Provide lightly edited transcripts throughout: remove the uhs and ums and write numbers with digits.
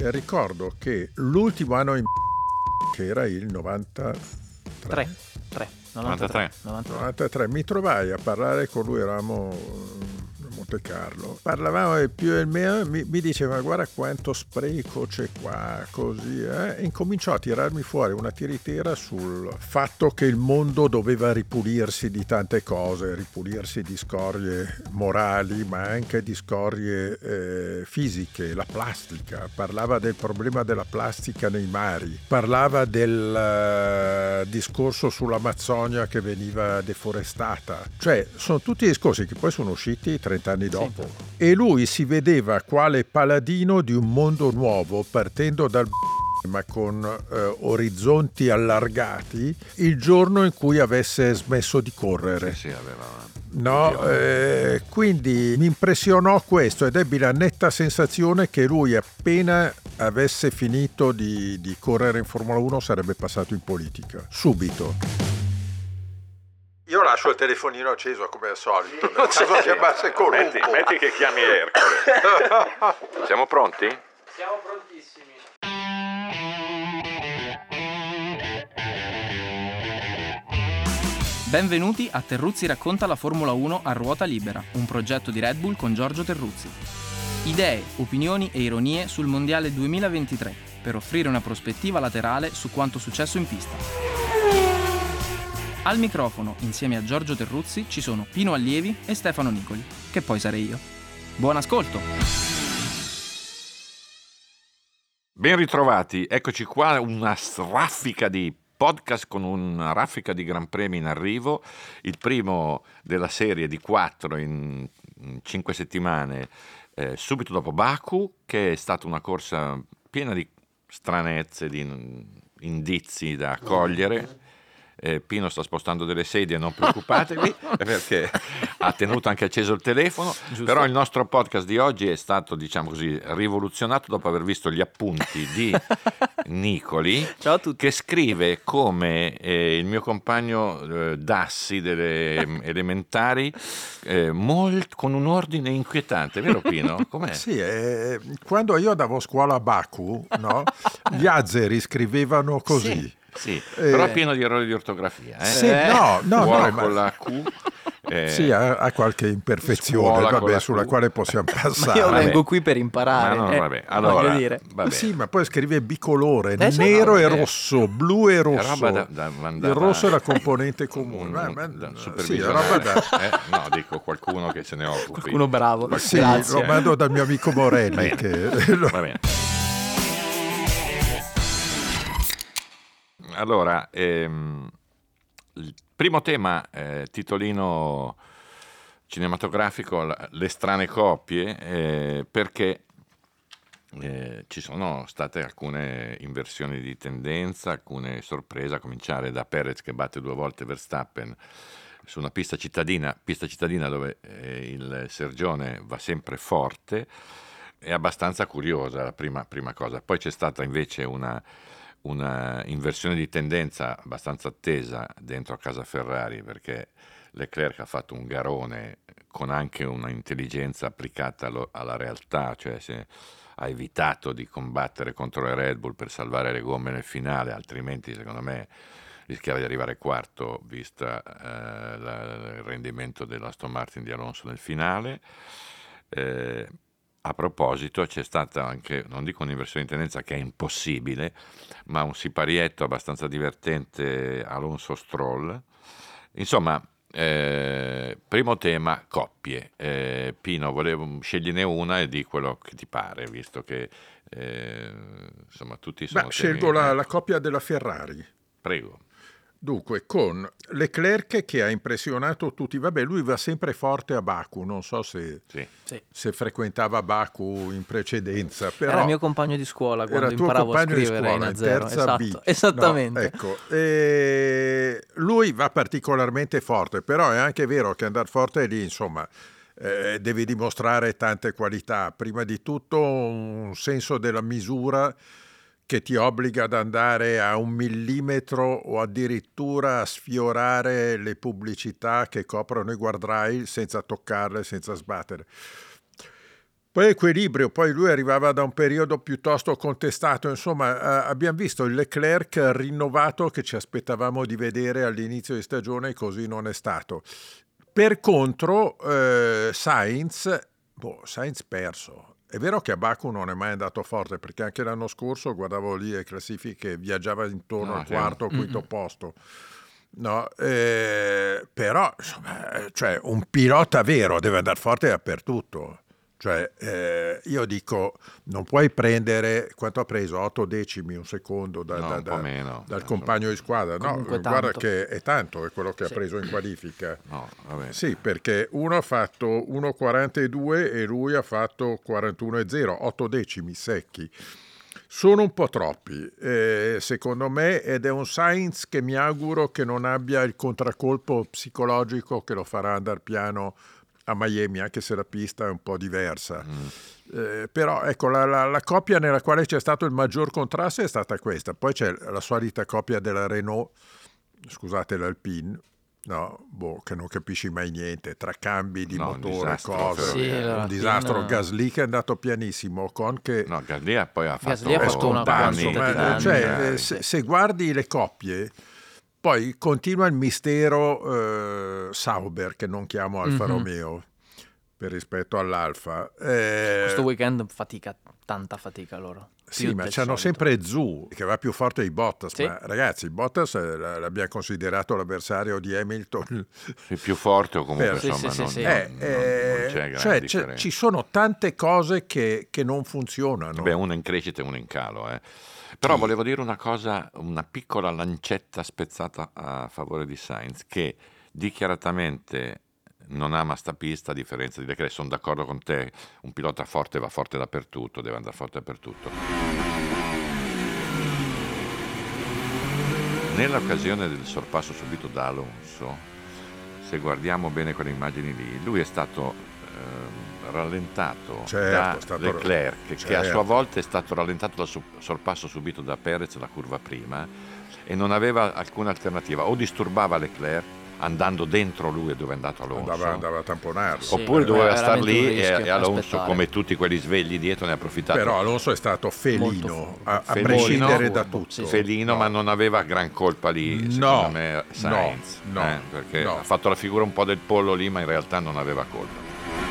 e ricordo che l'ultimo anno che era il 93, mi trovai a parlare con lui, eravamo a Monte Carlo, parlavamo del più e del meno, mi diceva guarda quanto spreco c'è qua, così, e incominciò a tirarmi fuori una tiritera sul fatto che il mondo doveva ripulirsi di tante cose, ripulirsi di scorie morali, ma anche di scorie fisiche, la plastica, parlava del problema della plastica nei mari, parlava del discorso sull'Amazzonia che veniva deforestata, cioè sono tutti discorsi che poi sono usciti 30 anni dopo. Sì. E lui si vedeva quale paladino di un mondo nuovo, partendo dal ma con orizzonti allargati, il giorno in cui avesse smesso di correre. Sì, aveva... No, quindi mi impressionò questo ed ebbi la netta sensazione che lui appena avesse finito di correre in Formula 1 sarebbe passato in politica, subito. Io lascio il telefonino acceso come al solito, nel caso chiamasse Colombo. Metti che chiami Ercole. Siamo pronti? Siamo prontissimi. Benvenuti a Terruzzi racconta la Formula 1 a ruota libera, un progetto di Red Bull con Giorgio Terruzzi. Idee, opinioni e ironie sul Mondiale 2023 per offrire una prospettiva laterale su quanto successo in pista. Al microfono, insieme a Giorgio Terruzzi, ci sono Pino Allievi e Stefano Nicoli, che poi sarei io. Buon ascolto! Ben ritrovati, eccoci qua, una raffica di podcast con una raffica di Gran Premi in arrivo, il primo della serie di 4 in 5 settimane, subito dopo Baku, che è stata una corsa piena di stranezze, di indizi da cogliere. Pino sta spostando delle sedie, non preoccupatevi perché ha tenuto anche acceso il telefono. Giusto. Però il nostro podcast di oggi è stato, diciamo così, rivoluzionato dopo aver visto gli appunti di Nicoli. Ciao a tutti. Che scrive come il mio compagno Dassi delle elementari, con un ordine inquietante, vero Pino? Com'è? Sì, quando io andavo a scuola a Baku, no, gli azeri scrivevano così. Sì, però è pieno di errori di ortografia. Sì, no, con la Q. Sì, ha qualche imperfezione, sulla quale possiamo passare. Ma io vengo qui per imparare. Vabbè. Allora, vabbè. Sì, ma poi scrive bicolore, nero e rosso, blu e rosso. Il rosso è la componente comune. Sì, roba no, dico qualcuno che se ne occupi. Qualcuno bravo. Sì, lo mando dal mio amico Morelli. Va bene. Allora, il primo tema, titolino cinematografico, le strane coppie, perché ci sono state alcune inversioni di tendenza, alcune sorprese, a cominciare da Perez che batte 2 volte Verstappen su una pista cittadina dove il Sergione va sempre forte. È abbastanza curiosa la prima cosa. Poi c'è stata invece una inversione di tendenza abbastanza attesa dentro a casa Ferrari, perché Leclerc ha fatto un garone con anche una intelligenza applicata alla realtà, cioè ha evitato di combattere contro le Red Bull per salvare le gomme nel finale, altrimenti secondo me rischiava di arrivare quarto vista il rendimento dell'Aston Martin di Alonso nel finale. A proposito, c'è stata anche, non dico un'inversione di tendenza che è impossibile, ma un siparietto abbastanza divertente Alonso-Stroll. Insomma, primo tema, coppie. Pino, volevo scegliene una e di quello che ti pare, visto che insomma tutti sono temi. Scelgo la coppia della Ferrari. Prego. Dunque, con Leclerc che ha impressionato tutti, vabbè, lui va sempre forte a Baku, non so se frequentava Baku in precedenza. Però era il mio compagno di scuola quando imparavo a scrivere in A0. Terza B. Esattamente. No, ecco. Lui va particolarmente forte, però è anche vero che andare forte è lì, insomma, devi dimostrare tante qualità. Prima di tutto un senso della misura che ti obbliga ad andare a 1 millimetro o addirittura a sfiorare le pubblicità che coprono i guardrail senza toccarle, senza sbattere. Poi equilibrio, poi lui arrivava da un periodo piuttosto contestato, insomma abbiamo visto il Leclerc rinnovato che ci aspettavamo di vedere all'inizio di stagione, così non è stato. Per contro Sainz perso. È vero che a Baku non è mai andato forte, perché anche l'anno scorso guardavo lì le classifiche, viaggiava intorno al quarto o quinto posto. No, però insomma, cioè, un pilota vero deve andare forte dappertutto. Cioè, io dico, non puoi prendere, quanto ha preso? 8 decimi, un secondo dal compagno di squadra. No, guarda che è tanto, è quello che ha preso in qualifica. No, vabbè. Sì, perché uno ha fatto 1,42 e lui ha fatto 41,0, 8 decimi secchi. Sono un po' troppi, secondo me, ed è un Sainz che mi auguro che non abbia il contraccolpo psicologico che lo farà andare piano a Miami, anche se la pista è un po' diversa. Però ecco, la coppia nella quale c'è stato il maggior contrasto è stata questa. Poi c'è la solita coppia della Renault, scusate, l'Alpine, che non capisci mai niente, tra cambi di motore, cose, un disastro. Gasly che è andato pianissimo, Ocon che Gasly poi ha fatto una quantità di danni. Se guardi le coppie, poi continua il mistero Sauber, che non chiamo Alfa Romeo per rispetto all'Alfa. Questo weekend tanta fatica loro. Sì, ma c'hanno sempre Zhou che va più forte di Bottas. Sì. Ma ragazzi, Bottas l'abbiamo considerato l'avversario di Hamilton. Il più forte o comunque insomma non c'è grande differenza. Ci sono tante cose che non funzionano. Beh, uno in crescita e uno in calo. Però volevo dire una cosa, una piccola lancetta spezzata a favore di Sainz, che dichiaratamente non ama sta pista, a differenza di Leclerc. Sono d'accordo con te, un pilota forte va forte dappertutto, deve andare forte dappertutto. Nell'occasione del sorpasso subito da Alonso, se guardiamo bene quelle immagini lì, lui è stato rallentato da Leclerc, che a sua volta è stato rallentato dal sorpasso subito da Perez la curva prima, e non aveva alcuna alternativa: o disturbava Leclerc andando dentro lui dove è andato Alonso, andava a tamponarlo, oppure doveva star lì e Alonso, come tutti quelli svegli dietro, ne ha approfittato. Però Alonso è stato felino, a prescindere da tutto. Felino, ma non aveva gran colpa lì, secondo me, Sainz, perché ha fatto la figura un po' del pollo lì, ma in realtà non aveva colpa.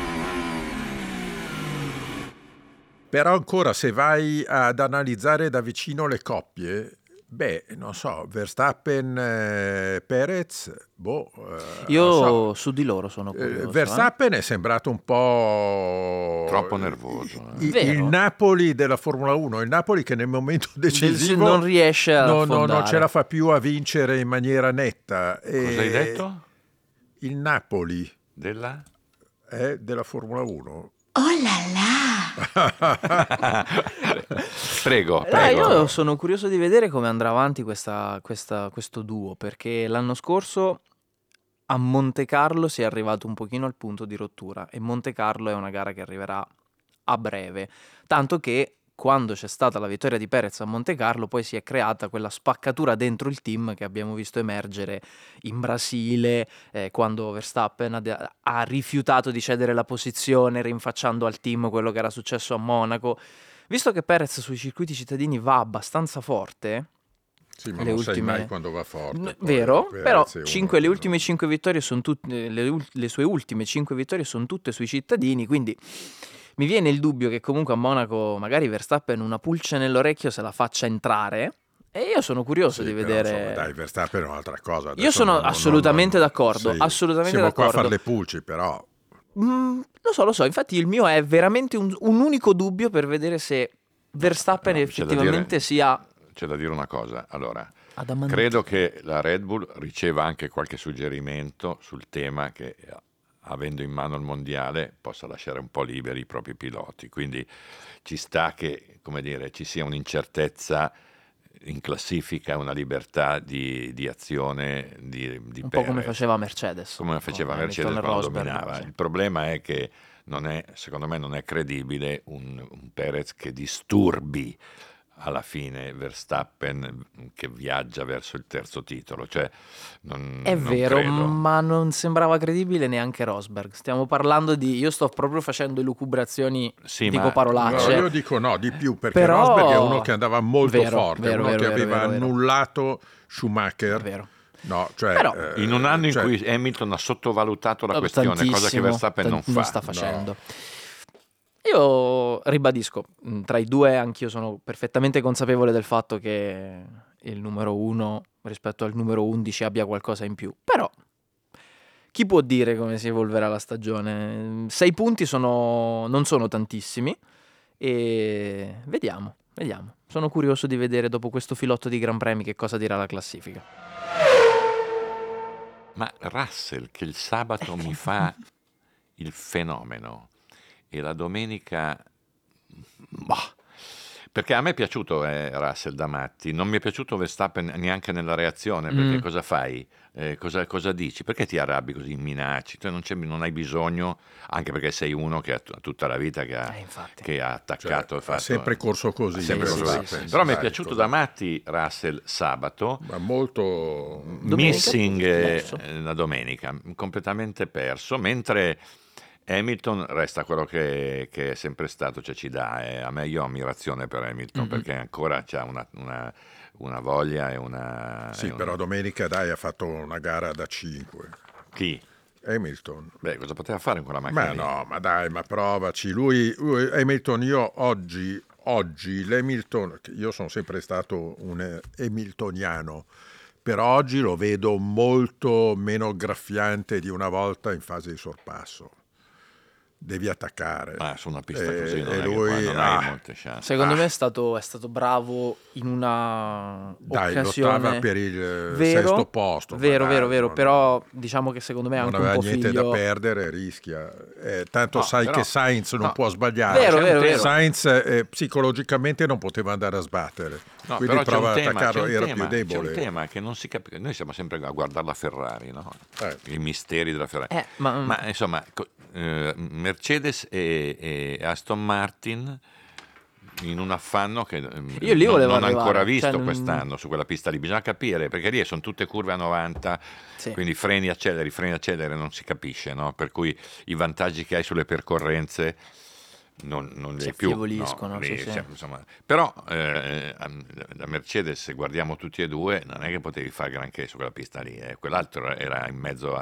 Però ancora, se vai ad analizzare da vicino le coppie, non so, Verstappen, Perez, io su di loro sono curioso. Verstappen è sembrato un po' troppo nervoso. Il Napoli della Formula 1, il Napoli che nel momento decisivo non riesce a non ce la fa più a vincere in maniera netta. Cosa hai detto? Il Napoli della Formula 1. Oh là là! Prego. Io sono curioso di vedere come andrà avanti questo duo, perché l'anno scorso a Monte Carlo si è arrivato un pochino al punto di rottura, e Monte Carlo è una gara che arriverà a breve, tanto che quando c'è stata la vittoria di Perez a Monte Carlo poi si è creata quella spaccatura dentro il team che abbiamo visto emergere in Brasile, quando Verstappen ha rifiutato di cedere la posizione, rinfacciando al team quello che era successo a Monaco. Visto che Perez sui circuiti cittadini va abbastanza forte, sì, ma non sai mai quando va forte. Vero, però le ultime 5 vittorie sono tutte, le sue ultime 5 vittorie sono tutte sui cittadini, quindi mi viene il dubbio che comunque a Monaco magari Verstappen una pulce nell'orecchio se la faccia entrare, e io sono curioso di vedere. Insomma, dai, Verstappen è un'altra cosa. Adesso io sono assolutamente d'accordo, assolutamente siamo d'accordo. Siamo qua a fare le pulci, però. Lo so, infatti il mio è veramente un unico dubbio per vedere se Verstappen effettivamente sia... C'è da dire una cosa, allora, credo che la Red Bull riceva anche qualche suggerimento sul tema che, avendo in mano il mondiale, possa lasciare un po' liberi i propri piloti, quindi ci sta che, come dire, ci sia un'incertezza in classifica, una libertà di azione di un Perez, po' come faceva Mercedes, quando dominava. Il problema è che secondo me non è credibile un Perez che disturbi alla fine Verstappen che viaggia verso il terzo titolo, cioè È non vero, credo. ma non sembrava credibile neanche Rosberg. Stiamo parlando io sto proprio facendo elucubrazioni, Sì, dico ma- parolacce. No, io dico no, di più, perché Però- Rosberg è uno che andava molto Vero, forte, vero, uno vero, che vero, aveva vero, vero. annullato Schumacher. Vero. No, cioè, Però- In un anno cioè, in cui Hamilton ha sottovalutato la questione, cosa che Tantissimo, Verstappen non fa. non sta facendo. Io ribadisco, tra i due anch'io sono perfettamente consapevole del fatto che il numero 1 rispetto al numero 11 abbia qualcosa in più. Però chi può dire come si evolverà la stagione? 6 punti non sono tantissimi e vediamo. Sono curioso di vedere dopo questo filotto di Gran Premi che cosa dirà la classifica. Ma Russell, che il sabato mi fa il fenomeno e la domenica, bah, perché a me è piaciuto Russell da matti, non mi è piaciuto Verstappen neanche nella reazione, perché cosa fai? Cosa dici? Perché ti arrabbi così, minacci? Tu non hai bisogno, anche perché sei uno che ha tutta la vita Infatti. che ha attaccato. ha sempre corso così. sempre Sì, corso sì, così. sì, Però mi è Dai, piaciuto cosa- da matti Russell sabato, Ma molto... missing perso. la domenica, completamente perso, mentre Hamilton resta quello che è sempre stato, cioè ci dà. A me io ho ammirazione per Hamilton perché ancora c'ha una voglia e una... Sì, e però domenica ha fatto una gara da 5. Chi? Hamilton. Beh, cosa poteva fare in quella macchina Ma lì? no, ma dai, ma provaci. Lui Hamilton, io oggi l'Hamilton, che io sono sempre stato un hamiltoniano, però oggi lo vedo molto meno graffiante di una volta in fase di sorpasso. Devi attaccare. Ma su una pista così non è che lui, poi non hai molte chance. Secondo me è stato bravo in una dai, occasione. lottava per il Vero, sesto posto. ma Vero, dai, vero, vero. non- Però diciamo che secondo me è non anche un aveva po' niente da figlio. perdere, rischia. Tanto No, sai però- che Sainz non no. può sbagliare. Vero, C'è un vero, tema. vero. Sainz psicologicamente non poteva andare a sbattere, No, quindi però c'è prova un ad tema, attaccarlo, era c'è più un debole. tema che non si capisce. Noi siamo sempre a guardare la Ferrari, no? I misteri della Ferrari. Ma insomma, Mercedes e Aston Martin in un affanno che Io lì volevo non ho arrivare, ancora visto cioè, quest'anno su quella pista lì. Bisogna capire, perché lì sono tutte curve a 90, Sì. quindi freni, acceleri, non si capisce, no? Per cui i vantaggi che hai sulle percorrenze non li Si hai più. affievoliscono, Lì sì. insomma. Però da Mercedes, se guardiamo tutti e due, non è che potevi fare granché su quella pista lì. Quell'altro era in mezzo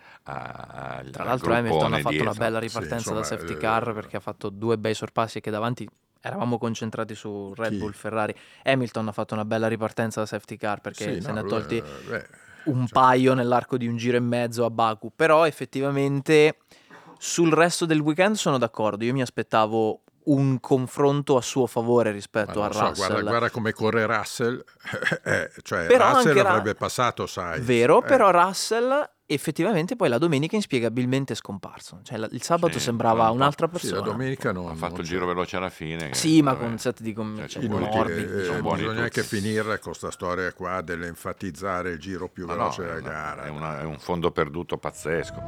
Tra l'altro Hamilton ha fatto una bella ripartenza Sì, da insomma, safety car perché ha fatto 2 bei sorpassi e che davanti eravamo concentrati su Red Chi? Bull, Ferrari. Hamilton ha fatto una bella ripartenza da safety car perché Sì, se no, ne ha lui, tolti beh, un paio nell'arco di un giro e mezzo a Baku. Però effettivamente sul resto del weekend sono d'accordo. Io mi aspettavo un confronto a suo favore rispetto ma a non so, Russell. guarda come corre Russell, cioè Però Russell anche avrebbe passato Sainz. Vero, però Russell effettivamente poi la domenica inspiegabilmente è scomparso. Cioè il sabato Sì, sembrava un po'. un'altra Sì, la persona. domenica non Ha fatto non il c'è. giro veloce alla fine. che, Sì, ma vabbè, con un set di cioè, Inutile, morbi. sono buoni bisogna tutti. anche finirla con questa storia qua dell'enfatizzare il giro più Ma no, veloce della gara. è un fondo perduto pazzesco.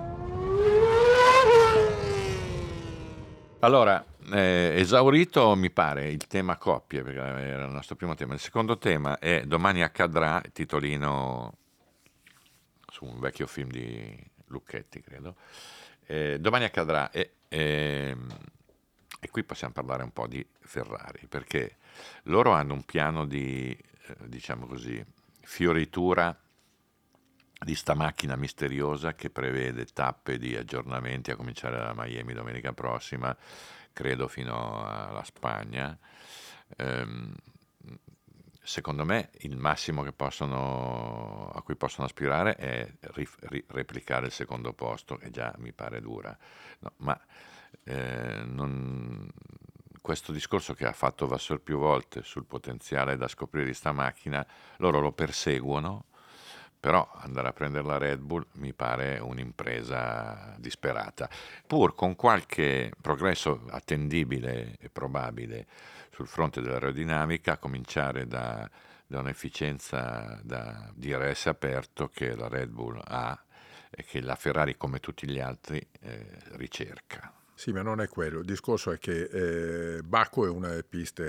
Allora, esaurito mi pare il tema coppie, perché era il nostro primo tema. Il secondo tema è Domani accadrà, titolino su un vecchio film di Lucchetti, credo. Domani accadrà e qui possiamo parlare un po' di Ferrari, perché loro hanno un piano di, diciamo così, fioritura di sta macchina misteriosa che prevede tappe di aggiornamenti a cominciare da Miami domenica prossima, credo fino alla Spagna. Secondo me il massimo a cui possono aspirare è replicare il secondo posto, che già mi pare dura. No, ma questo discorso che ha fatto Vasseur più volte sul potenziale da scoprire di sta macchina, loro lo perseguono, però andare a prendere la Red Bull mi pare un'impresa disperata, pur con qualche progresso attendibile e probabile sul fronte dell'aerodinamica, a cominciare da un'efficienza da DRS aperto che la Red Bull ha e che la Ferrari, come tutti gli altri, ricerca. Sì, ma non è quello. Il discorso è che Baku è una delle piste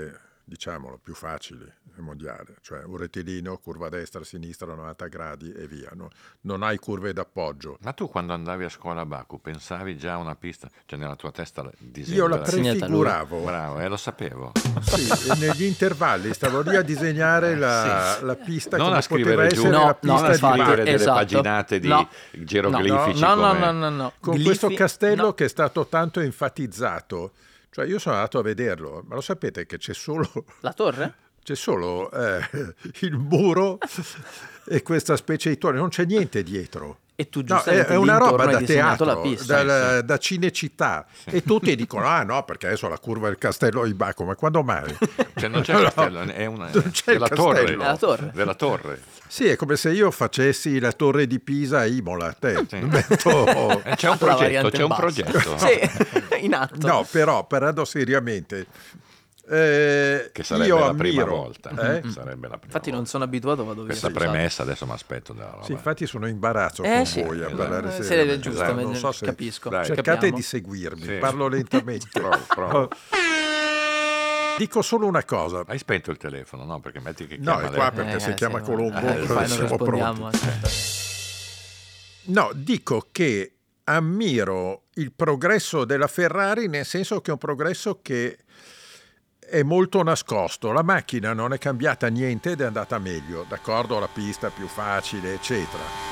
diciamolo, più facili nel mondiale, cioè un rettilineo, curva destra, sinistra, 90 gradi e via, no? Non hai curve d'appoggio. Ma tu quando andavi a scuola a Baku pensavi già a una pista, cioè nella tua testa Io la prefiguravo. Bravo, lo sapevo. Sì, negli intervalli stavo lì a disegnare la pista non come a scrivere poteva giù, essere la pista non a scrivere di delle paginate di geroglifici. No. con Glifi, questo castello che è stato tanto enfatizzato. Cioè io sono andato a vederlo, ma lo sapete che c'è solo... La torre? C'è solo il muro e questa specie di torre, non c'è niente dietro. E tu giustamente è una roba da hai disegnato teatro, la pista. da Cinecittà. E tutti dicono, no, perché adesso la curva del castello di Baku, ma quando mai? Cioè non c'è il castello, è una della torre. Della torre. Sì, è come se io facessi la torre di Pisa a Imola. C'è un progetto. Sì, in atto. No, però parlando seriamente, che sarebbe io la ammiro, prima volta. Sarebbe la prima infatti volta. non sono abituato, vado via. Questa premessa adesso mi aspetto dalla roba. Sì, infatti sono in imbarazzo con sì, voi a parlare se è seriamente. giusto, Non so se capisco. cercate capiamo. di seguirmi, Sì. parlo lentamente. Provo. Dico solo una cosa. Hai spento il telefono, no? Perché metti che No, chiama è qua lei. perché se chiama Colombo fai, non siamo rispondiamo. pronti. No, dico che ammiro il progresso della Ferrari, nel senso che è un progresso che è molto nascosto. La macchina non è cambiata niente ed è andata meglio, d'accordo? La pista più facile, eccetera.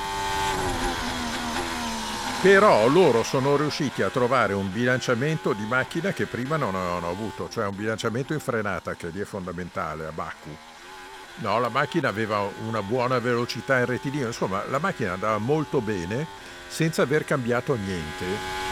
Però loro sono riusciti a trovare un bilanciamento di macchina che prima non avevano avuto, cioè un bilanciamento in frenata che lì è fondamentale a Baku. No, la macchina aveva una buona velocità in rettilineo, insomma la macchina andava molto bene senza aver cambiato niente.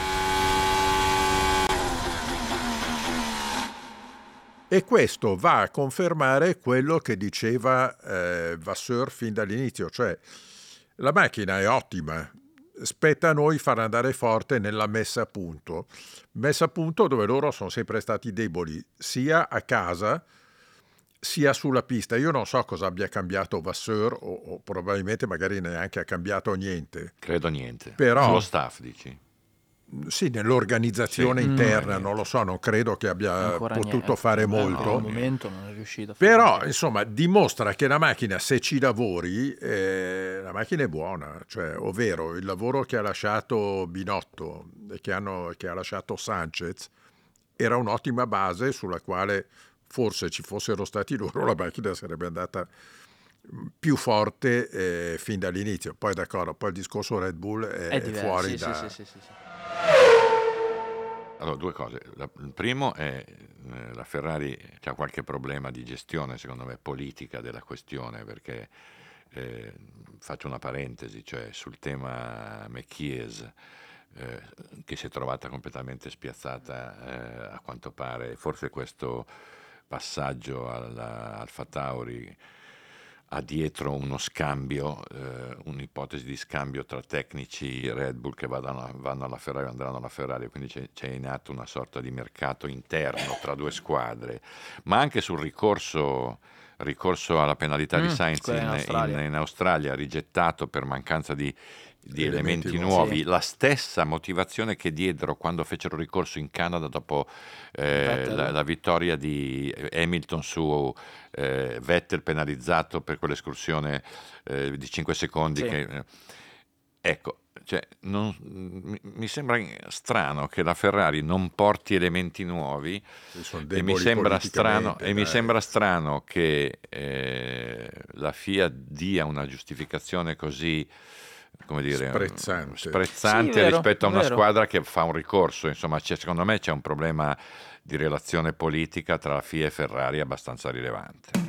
E questo va a confermare quello che diceva Vasseur fin dall'inizio, cioè la macchina è ottima, spetta a noi far andare forte nella messa a punto dove loro sono sempre stati deboli, sia a casa sia sulla pista. Io non so cosa abbia cambiato Vasseur o probabilmente magari neanche ha cambiato niente. Credo niente. Però, sullo staff, dici? Sì, nell'organizzazione interna, non lo so, non credo che abbia potuto fare molto. Al momento non è riuscito. Però, insomma, dimostra che la macchina, se ci lavori, la macchina è buona. Cioè, ovvero, il lavoro che ha lasciato Binotto e che ha lasciato Sanchez era un'ottima base sulla quale forse ci fossero stati loro, la macchina sarebbe andata più forte fin dall'inizio. Poi d'accordo, poi il discorso Red Bull è fuori da... Sì. Allora, due cose. Il primo è la Ferrari ha qualche problema di gestione, secondo me, politica della questione, perché faccio una parentesi, cioè sul tema Mekies, che si è trovata completamente spiazzata a quanto pare. Forse questo passaggio all'Alfa Tauri ha dietro uno scambio, un'ipotesi di scambio tra tecnici Red Bull che vanno alla Ferrari, andranno alla Ferrari, quindi c'è in atto una sorta di mercato interno tra due squadre, ma anche sul ricorso alla penalità di Sainz in Australia, rigettato per mancanza di elementi nuovi, sì. La stessa motivazione che diedero quando fecero ricorso in Canada dopo la vittoria di Hamilton su Vettel, penalizzato per quell'escursione di 5 secondi. Sì. Ecco, cioè, mi sembra strano che la Ferrari non porti elementi nuovi e mi sembra strano che la FIA dia una giustificazione così, come dire, sprezzante sì, rispetto a una squadra che fa un ricorso. Insomma, secondo me c'è un problema di relazione politica tra la FIA e Ferrari abbastanza rilevante.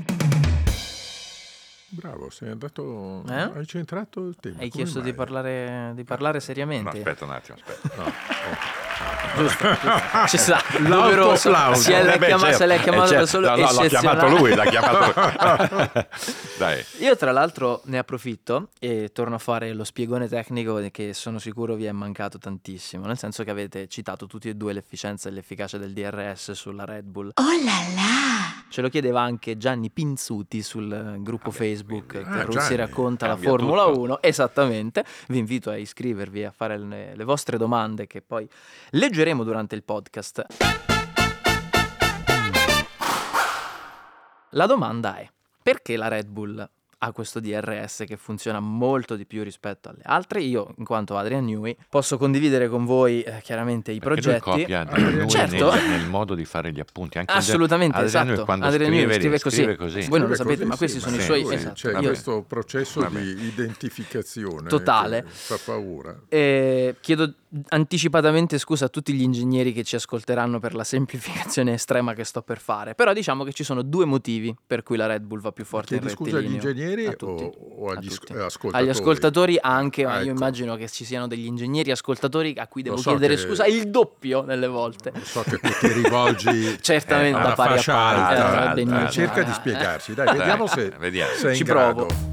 Bravo, sei andato, hai centrato il tema. Hai chiesto di parlare seriamente. No, aspetta un attimo, No. Giusto. Ci sa, l'autoplauso. Se l'hai chiamato da solo eccezionale. L'ha chiamato. Dai. Io tra l'altro ne approfitto e torno a fare lo spiegone tecnico che sono sicuro vi è mancato tantissimo, nel senso che avete citato tutti e due l'efficienza e l'efficacia del DRS sulla Red Bull. Oh là là! Ce lo chiedeva anche Gianni Pinzuti sul gruppo Facebook Terruzzi Gianni, racconta la Formula 1. Esattamente, vi invito a iscrivervi e a fare le vostre domande che poi leggeremo durante il podcast. La domanda è: perché la Red Bull ha questo DRS che funziona molto di più rispetto alle altre? Io, in quanto Adrian Newey, posso condividere con voi chiaramente i Perché progetti. lui copia Newey Certo. nel modo di fare gli appunti. Anche Assolutamente, Adrian Newey esatto. quando Adrian Newey scrive così. Voi non lo Scrive sapete, così, ma questi sì, sono i sì, suoi... sì, esatto. C'è Vabbè. questo processo Vabbè. di identificazione Totale. che fa paura. Chiedo anticipatamente scusa a tutti gli ingegneri che ci ascolteranno per la semplificazione estrema che sto per fare, però diciamo che ci sono due motivi per cui la Red Bull va più forte in Chiedi scusa agli rettilineo. ingegneri A tutti. o agli A tutti. ascoltatori? Agli ascoltatori anche, ma io ecco. immagino che ci siano degli ingegneri ascoltatori a cui devo so chiedere che- scusa il doppio nelle volte. So che tu ti rivolgi Certamente alla da pari a fascia pari. alta. Benissimo. Cerca di spiegarsi, dai, vediamo se vediamo. sei in Ci grado. provo.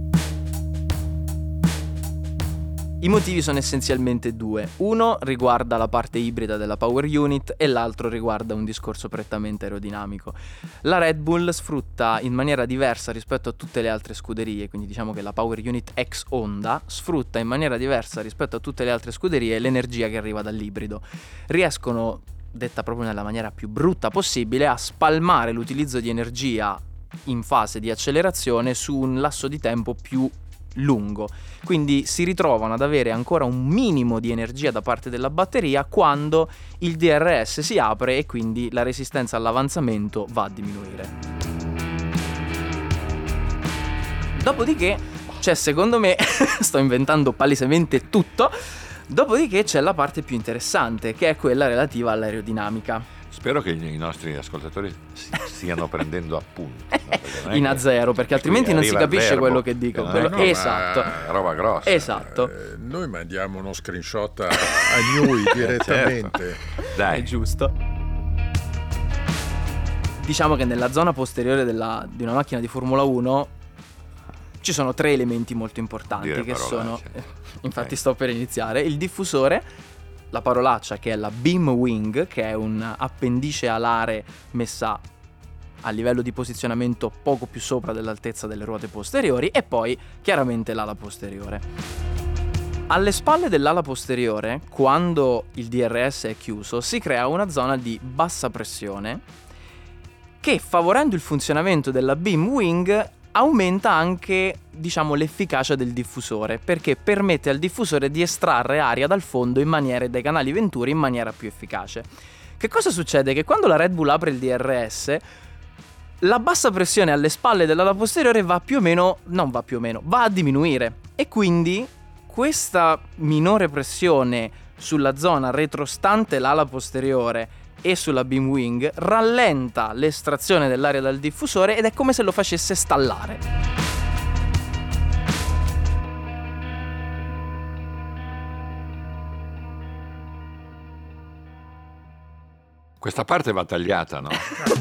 I motivi sono essenzialmente due. Uno riguarda la parte ibrida della Power Unit e l'altro riguarda un discorso prettamente aerodinamico. La Red Bull sfrutta in maniera diversa rispetto a tutte le altre scuderie, quindi diciamo che la Power Unit ex Honda sfrutta in maniera diversa rispetto a tutte le altre scuderie l'energia che arriva dall'ibrido. Riescono, detta proprio nella maniera più brutta possibile, a spalmare l'utilizzo di energia in fase di accelerazione su un lasso di tempo più lungo, quindi si ritrovano ad avere ancora un minimo di energia da parte della batteria quando il DRS si apre e quindi la resistenza all'avanzamento va a diminuire. Dopodiché c'è, secondo me, sto inventando palesemente tutto, dopodiché c'è la parte più interessante, che è quella relativa all'aerodinamica. Spero che i nostri ascoltatori stiano prendendo appunti. No? Perché non è In che- A0, perché altrimenti non si arriva il capisce verbo, quello che dico. non è Quello- che- esatto. roba grossa. Esatto. Noi mandiamo uno screenshot a Newey direttamente. È Dai, giusto. Diciamo che nella zona posteriore di una macchina di Formula 1 ci sono tre elementi molto importanti Dire che parolacce. sono, infatti Ok. sto per iniziare, il diffusore, la parolaccia che è la beam wing, che è un appendice alare messa a livello di posizionamento poco più sopra dell'altezza delle ruote posteriori, e poi chiaramente l'ala posteriore. Alle spalle dell'ala posteriore, quando il DRS è chiuso, si crea una zona di bassa pressione che, favorendo il funzionamento della beam wing, aumenta anche, diciamo, l'efficacia del diffusore, perché permette al diffusore di estrarre aria dal fondo in maniera, dai canali venturi in maniera più efficace. Che cosa succede? Che quando la Red Bull apre il DRS, la bassa pressione alle spalle dell'ala posteriore va a diminuire, e quindi questa minore pressione sulla zona retrostante l'ala posteriore e sulla beam wing rallenta l'estrazione dell'aria dal diffusore ed è come se lo facesse stallare. questa parte va tagliata, no?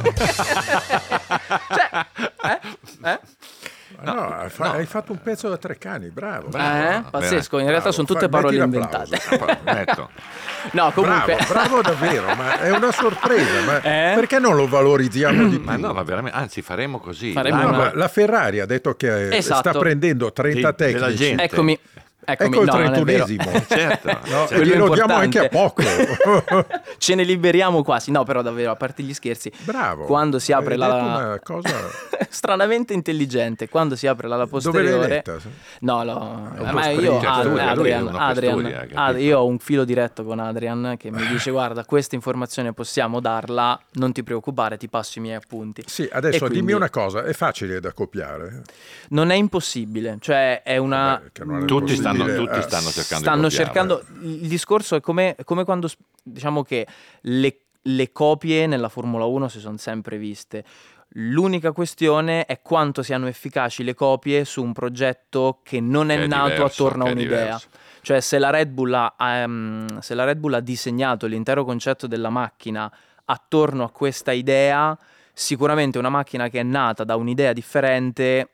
No, hai fatto un pezzo da tre cani, bravo. Pazzesco, in realtà Bravo, sono tutte metti parole l'applauso. inventate. Netto. No, comunque Bravo davvero, ma è una sorpresa, ma perché non lo valorizziamo di più? Ma no, ma veramente, anzi faremo così. Faremo dai, No, una- ma la Ferrari ha detto che Esatto. sta prendendo 30 Della tecnici. gente. eccomi, Ecco il no, non è vero. 31esimo. Certo, No, certo. e Quello è glielo diamo anche a importante. poco. Ce ne liberiamo quasi. No, però davvero, a parte gli scherzi, Bravo. quando si apre Hai la detto una cosa... stranamente intelligente, quando si apre l'ala Dove l'hai posteriore. letta? No, ma È io un questuria, lui è Adrian, uno questuria, capito? io ho un filo diretto con Adrian che mi dice: guarda, questa informazione possiamo darla, non ti preoccupare, ti passo i miei appunti. Sì, adesso E quindi dimmi una cosa, è facile da copiare? non è impossibile, cioè è una Vabbè, che non è Tutti stanno possibile. cercando stanno di copiare. cercando. Il discorso è come quando, diciamo, che le copie nella Formula 1 si sono sempre viste. L'unica questione è quanto siano efficaci le copie su un progetto che non è Che è nato diverso, attorno a che è un'idea. diverso. Cioè, se la Red Bull ha disegnato l'intero concetto della macchina attorno a questa idea, sicuramente una macchina che è nata da un'idea differente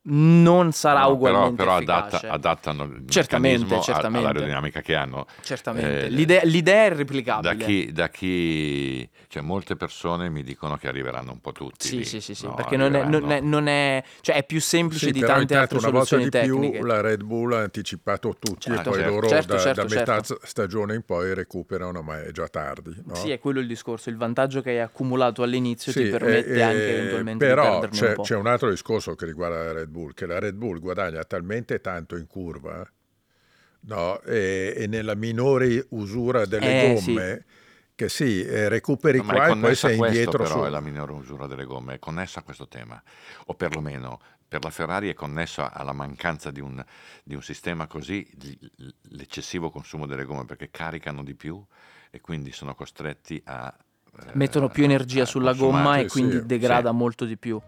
non sarà ugualmente però efficace. adattano il certamente meccanismo all'aerodinamica che hanno. Certamente, l'idea è replicabile. Da chi cioè molte persone mi dicono che arriveranno un po' tutti. Sì, no, perché non è, cioè è più semplice di tante altre soluzioni tecniche. Una volta di più la Red Bull ha anticipato tutti e poi loro da metà stagione in poi recuperano, ma è già tardi. No? Sì, è quello il discorso, il vantaggio che hai accumulato all'inizio ti permette anche eventualmente di perderne un po'. C'è un altro discorso che riguarda la Red Bull, che la Red Bull guadagna talmente tanto in curva, no? e nella minore usura delle gomme, che recuperi qua e poi sei indietro. Però è la minore usura delle gomme, è connessa a questo tema, o perlomeno per la Ferrari è connesso alla mancanza di un sistema così, l'eccessivo consumo delle gomme, perché caricano di più e quindi sono costretti a mettono più energia sulla gomma e quindi degrada molto di più.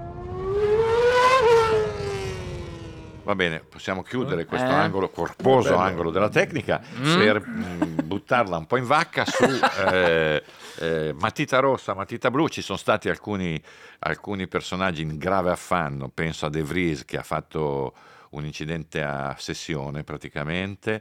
Va bene, possiamo chiudere questo corposo angolo della tecnica per buttarla un po' in vacca su matita rossa, matita blu. Ci sono stati alcuni personaggi in grave affanno, penso a De Vries che ha fatto un incidente a sessione praticamente,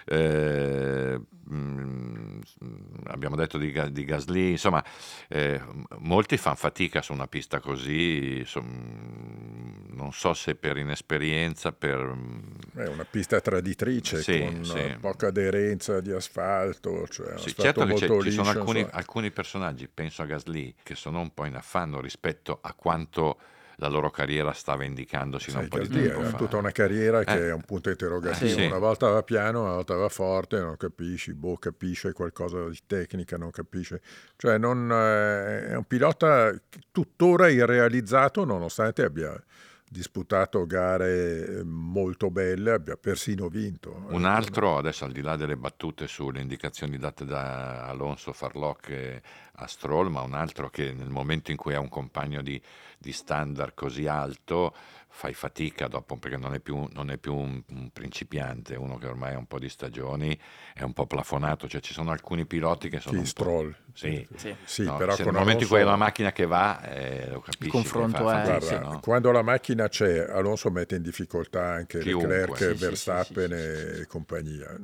abbiamo detto di Gasly, insomma molti fanno fatica su una pista così, non so se per inesperienza, è una pista traditrice con poca aderenza di asfalto, certo che ci sono alcuni personaggi, penso a Gasly, che sono un po' in affanno rispetto a quanto la loro carriera stava indicandosi un po' di tempo fa. È tutta una carriera che è un punto interrogativo. Una volta va piano, una volta va forte, non capisci, capisce qualcosa di tecnica, non capisce. Cioè è un pilota tuttora irrealizzato, nonostante abbia disputato gare molto belle, abbia persino vinto. Un altro, adesso al di là delle battute sulle indicazioni date da Alonso, Farlock e a Stroll, ma un altro che nel momento in cui ha un compagno di standard così alto fai fatica dopo, perché non è più un principiante, uno che ormai ha un po' di stagioni, è un po' plafonato, cioè ci sono alcuni piloti che sono Stroll. No, però nel momento in cui hai una macchina che va, lo capisci. Il confronto è... Guarda, no? Quando la macchina c'è, Alonso mette in difficoltà anche Leclerc, Verstappen e compagnia.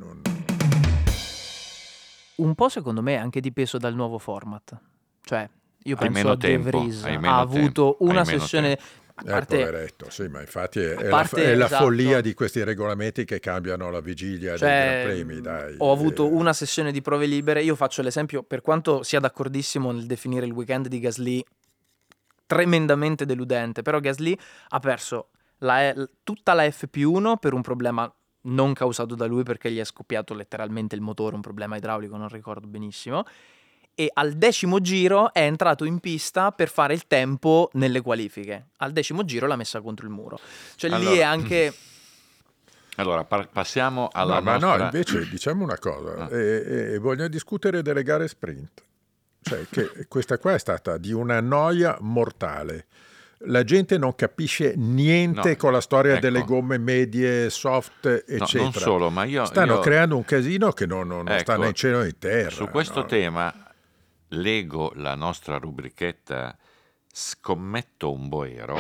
Un po' secondo me anche dipeso dal nuovo format, cioè io penso a De Vries ha avuto una sessione... Poveretto, ma infatti è la follia di questi regolamenti che cambiano la vigilia dei Gran Premi. Dai. Ho avuto una sessione di prove libere, io faccio l'esempio, per quanto sia d'accordissimo nel definire il weekend di Gasly tremendamente deludente, però Gasly ha perso tutta la FP1 per un problema non causato da lui, perché gli è scoppiato letteralmente il motore, un problema idraulico, non ricordo benissimo, e al 10° giro è entrato in pista per fare il tempo nelle qualifiche. Al 10° giro l'ha messa contro il muro. Cioè lì è anche... Allora, passiamo alla nostra... No, invece diciamo una cosa, e voglio discutere delle gare sprint. Cioè che questa qua è stata di una noia mortale. La gente non capisce niente con la storia delle gomme medie, soft, eccetera. Non solo, ma stanno creando un casino che non sta né in cielo né in terra. Su questo tema leggo la nostra rubrichetta Scommetto un boero.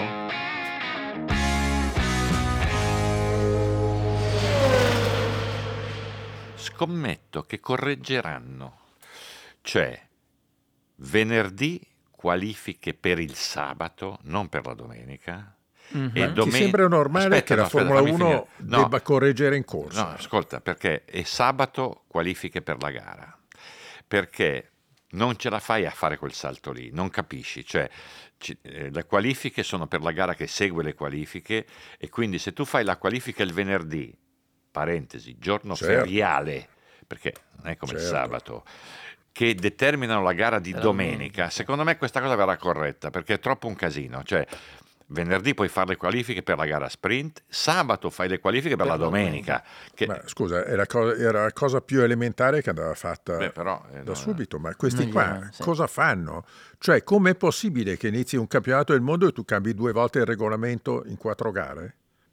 Scommetto che correggeranno, cioè venerdì qualifiche per il sabato, non per la domenica. E ti sembra normale che la Formula 1 debba correggere in corsa? No, ascolta, perché è sabato qualifiche per la gara, perché non ce la fai a fare quel salto lì, non capisci, cioè le qualifiche sono per la gara che segue le qualifiche, e quindi se tu fai la qualifica il venerdì, parentesi, giorno feriale, perché non è come il sabato, che determinano la gara di domenica, secondo me questa cosa verrà corretta, perché è troppo un casino, cioè venerdì puoi fare le qualifiche per la gara sprint, sabato fai le qualifiche per la domenica. Ma scusa, era la cosa più elementare che andava fatta da subito, ma questi qua cosa fanno? Cioè, com'è possibile che inizi un campionato del mondo e tu cambi 2 volte il regolamento in 4 gare?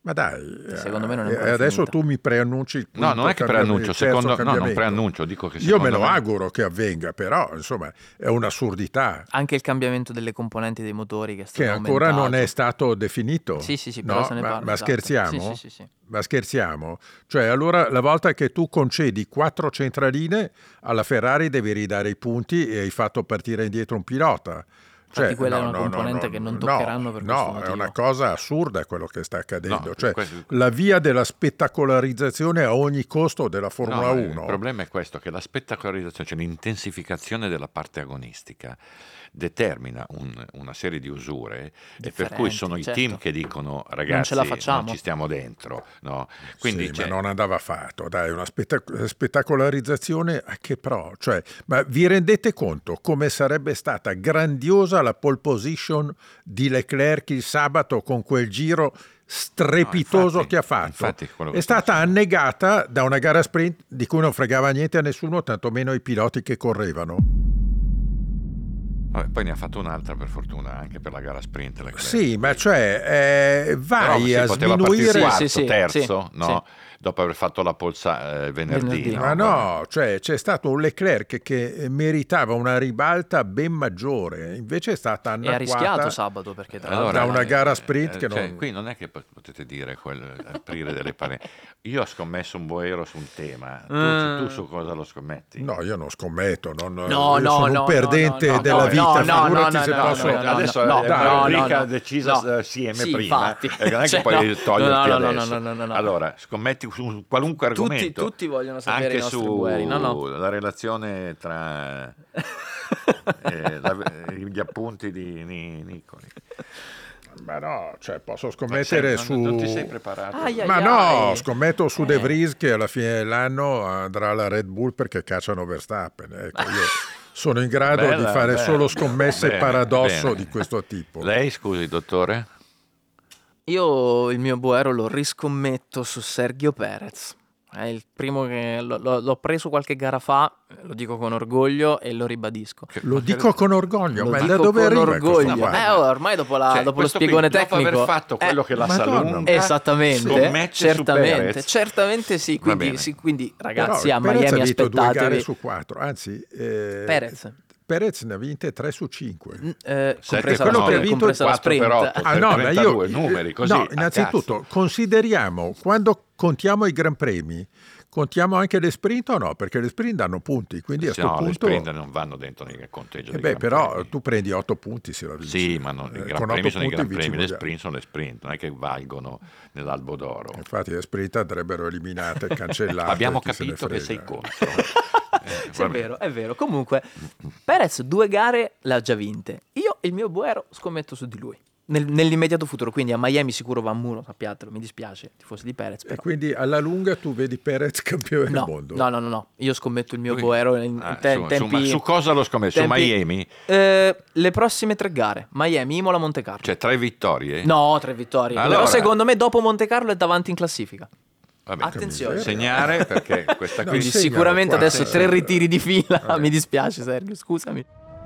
Ma dai, secondo me non è ancora adesso finita. tu mi preannunci il No, non è che preannuncio, secondo non preannuncio, dico che io me secondo lo auguro che avvenga, però insomma è un'assurdità Anche il cambiamento delle componenti dei motori che è stato che ancora non è stato definito. Sì, no? però se ne parla. Ma esatto. scherziamo? Sì. Ma scherziamo? Cioè allora la volta che tu concedi 4 centraline alla Ferrari devi ridare i punti e hai fatto partire indietro un pilota. Infatti quella è una componente che non toccheranno per questo motivo. No, è una cosa assurda quello che sta accadendo. No, cioè, la via della spettacolarizzazione a ogni costo della Formula 1. Il problema è questo, che la spettacolarizzazione, cioè l'intensificazione della parte agonistica, determina una serie di usure e per cui sono i team che dicono ragazzi non ce la facciamo, non ci stiamo dentro, no? Quindi ma non andava fatto, dai, una spettacolarizzazione a che pro? Cioè, ma vi rendete conto come sarebbe stata grandiosa la pole position di Leclerc il sabato con quel giro strepitoso che ha fatto? È stata annegata da una gara sprint di cui non fregava niente a nessuno, tantomeno ai piloti che correvano. Vabbè, poi ne ha fatto un'altra per fortuna anche per la gara sprint Leclerc. Sì, ma cioè vai a sminuire quarto, terzo, no? Dopo aver fatto la polsa venerdì. Ma no, cioè c'è stato un Leclerc che meritava una ribalta ben maggiore, invece è stata annacquata. E ha rischiato sabato perché da una gara sprint che non... Qui non è che potete dire aprire delle parenti. Io ho scommesso un boero su un tema. Tu su cosa lo scommetti? No, io non scommetto, io no, sono un perdente della vita, figurati se posso. Adesso la rubrica decisa prima, infatti. Non è che puoi toglierti adesso. No. Allora, scommetti su qualunque argomento. Tutti vogliono sapere anche i nostri su boeri. la relazione tra gli appunti di Nicoli. Ma no, cioè posso scommettere su... Non ti sei preparato? Scommetto su De Vries che alla fine dell'anno andrà alla Red Bull perché cacciano Verstappen. Ecco, io sono in grado di fare solo scommesse paradosso di questo tipo. Lei, scusi, dottore? Io il mio boero lo riscommetto su Sergio Perez. È il primo che l'ho preso qualche gara fa, lo dico con orgoglio e lo ribadisco. Lo dico con orgoglio, lo ma dico da dove con arriva orgoglio? Ormai dopo lo spiegone tecnico, dopo aver fatto quello che la salunga, esattamente, certamente sì. Quindi ragazzi, però, a Miami ha vinto aspettatevi 2 gare su 4, anzi Perez ne ha vinte 3 su 5. Compresa quello che ha vinto il 4 per 8, ma io numeri così. No, innanzitutto consideriamo quando contiamo i Gran Premi, contiamo anche le sprint o no? Perché le sprint danno punti, quindi a questo punto le sprint non vanno dentro nel conteggio dei Gran però Premi. Tu prendi 8 punti se la vinci. Sì, ma non, i Gran Premi sono i Gran Premi, le sprint sono le sprint, non è che valgono nell'albo d'oro. Infatti le sprint andrebbero eliminate, cancellate. Abbiamo capito che sei contro. È vero. Comunque, Perez 2 gare l'ha già vinte. Io il mio boero scommetto su di lui. Nell'immediato futuro, quindi a Miami sicuro va a muro, sappiatelo, mi dispiace, tifosi di Perez. Però. E quindi alla lunga tu vedi Perez campione del mondo? No, io scommetto il mio boero in tempi... Su cosa lo scommetto? Su Miami? Le prossime 3 gare, Miami, Imola, Monte Carlo. Cioè 3 vittorie? No, 3 vittorie. Allora... Però secondo me dopo Monte Carlo è davanti in classifica. Vabbè, attenzione, segnare perché questa qui sicuramente adesso 3 ritiri di fila. Vabbè. Mi dispiace Sergio, scusami.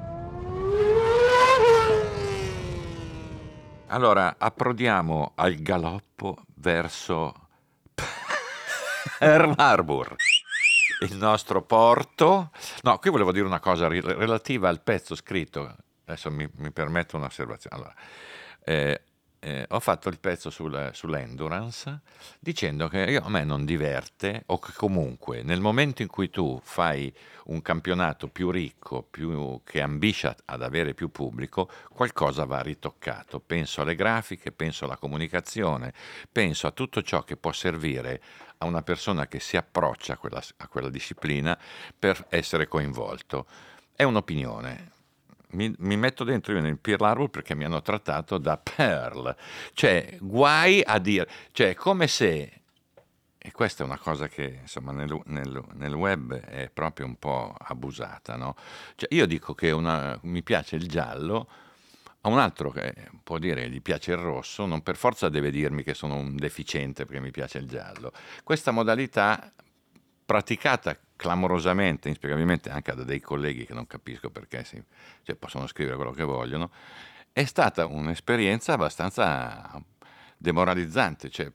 Allora approdiamo al galoppo verso Pearl Harbor, il nostro porto. No, qui volevo dire una cosa relativa al pezzo scritto. Adesso mi permetto un'osservazione. Allora, ho fatto il pezzo sull'endurance dicendo che a me non diverte, o che comunque nel momento in cui tu fai un campionato più ricco, che ambisce ad avere più pubblico, qualcosa va ritoccato. Penso alle grafiche, penso alla comunicazione, penso a tutto ciò che può servire a una persona che si approccia a quella disciplina per essere coinvolto. È un'opinione. Mi metto dentro io nel Pearl Harbor perché mi hanno trattato da Pearl, cioè guai a dire, cioè come se, e questa è una cosa che insomma nel web è proprio un po' abusata, no? Cioè io dico che mi piace il giallo, a un altro che può dire gli piace il rosso, non per forza deve dirmi che sono un deficiente perché mi piace il giallo. Questa modalità praticata clamorosamente, inspiegabilmente anche da dei colleghi che non capisco perché possono scrivere quello che vogliono, è stata un'esperienza abbastanza demoralizzante. Cioè,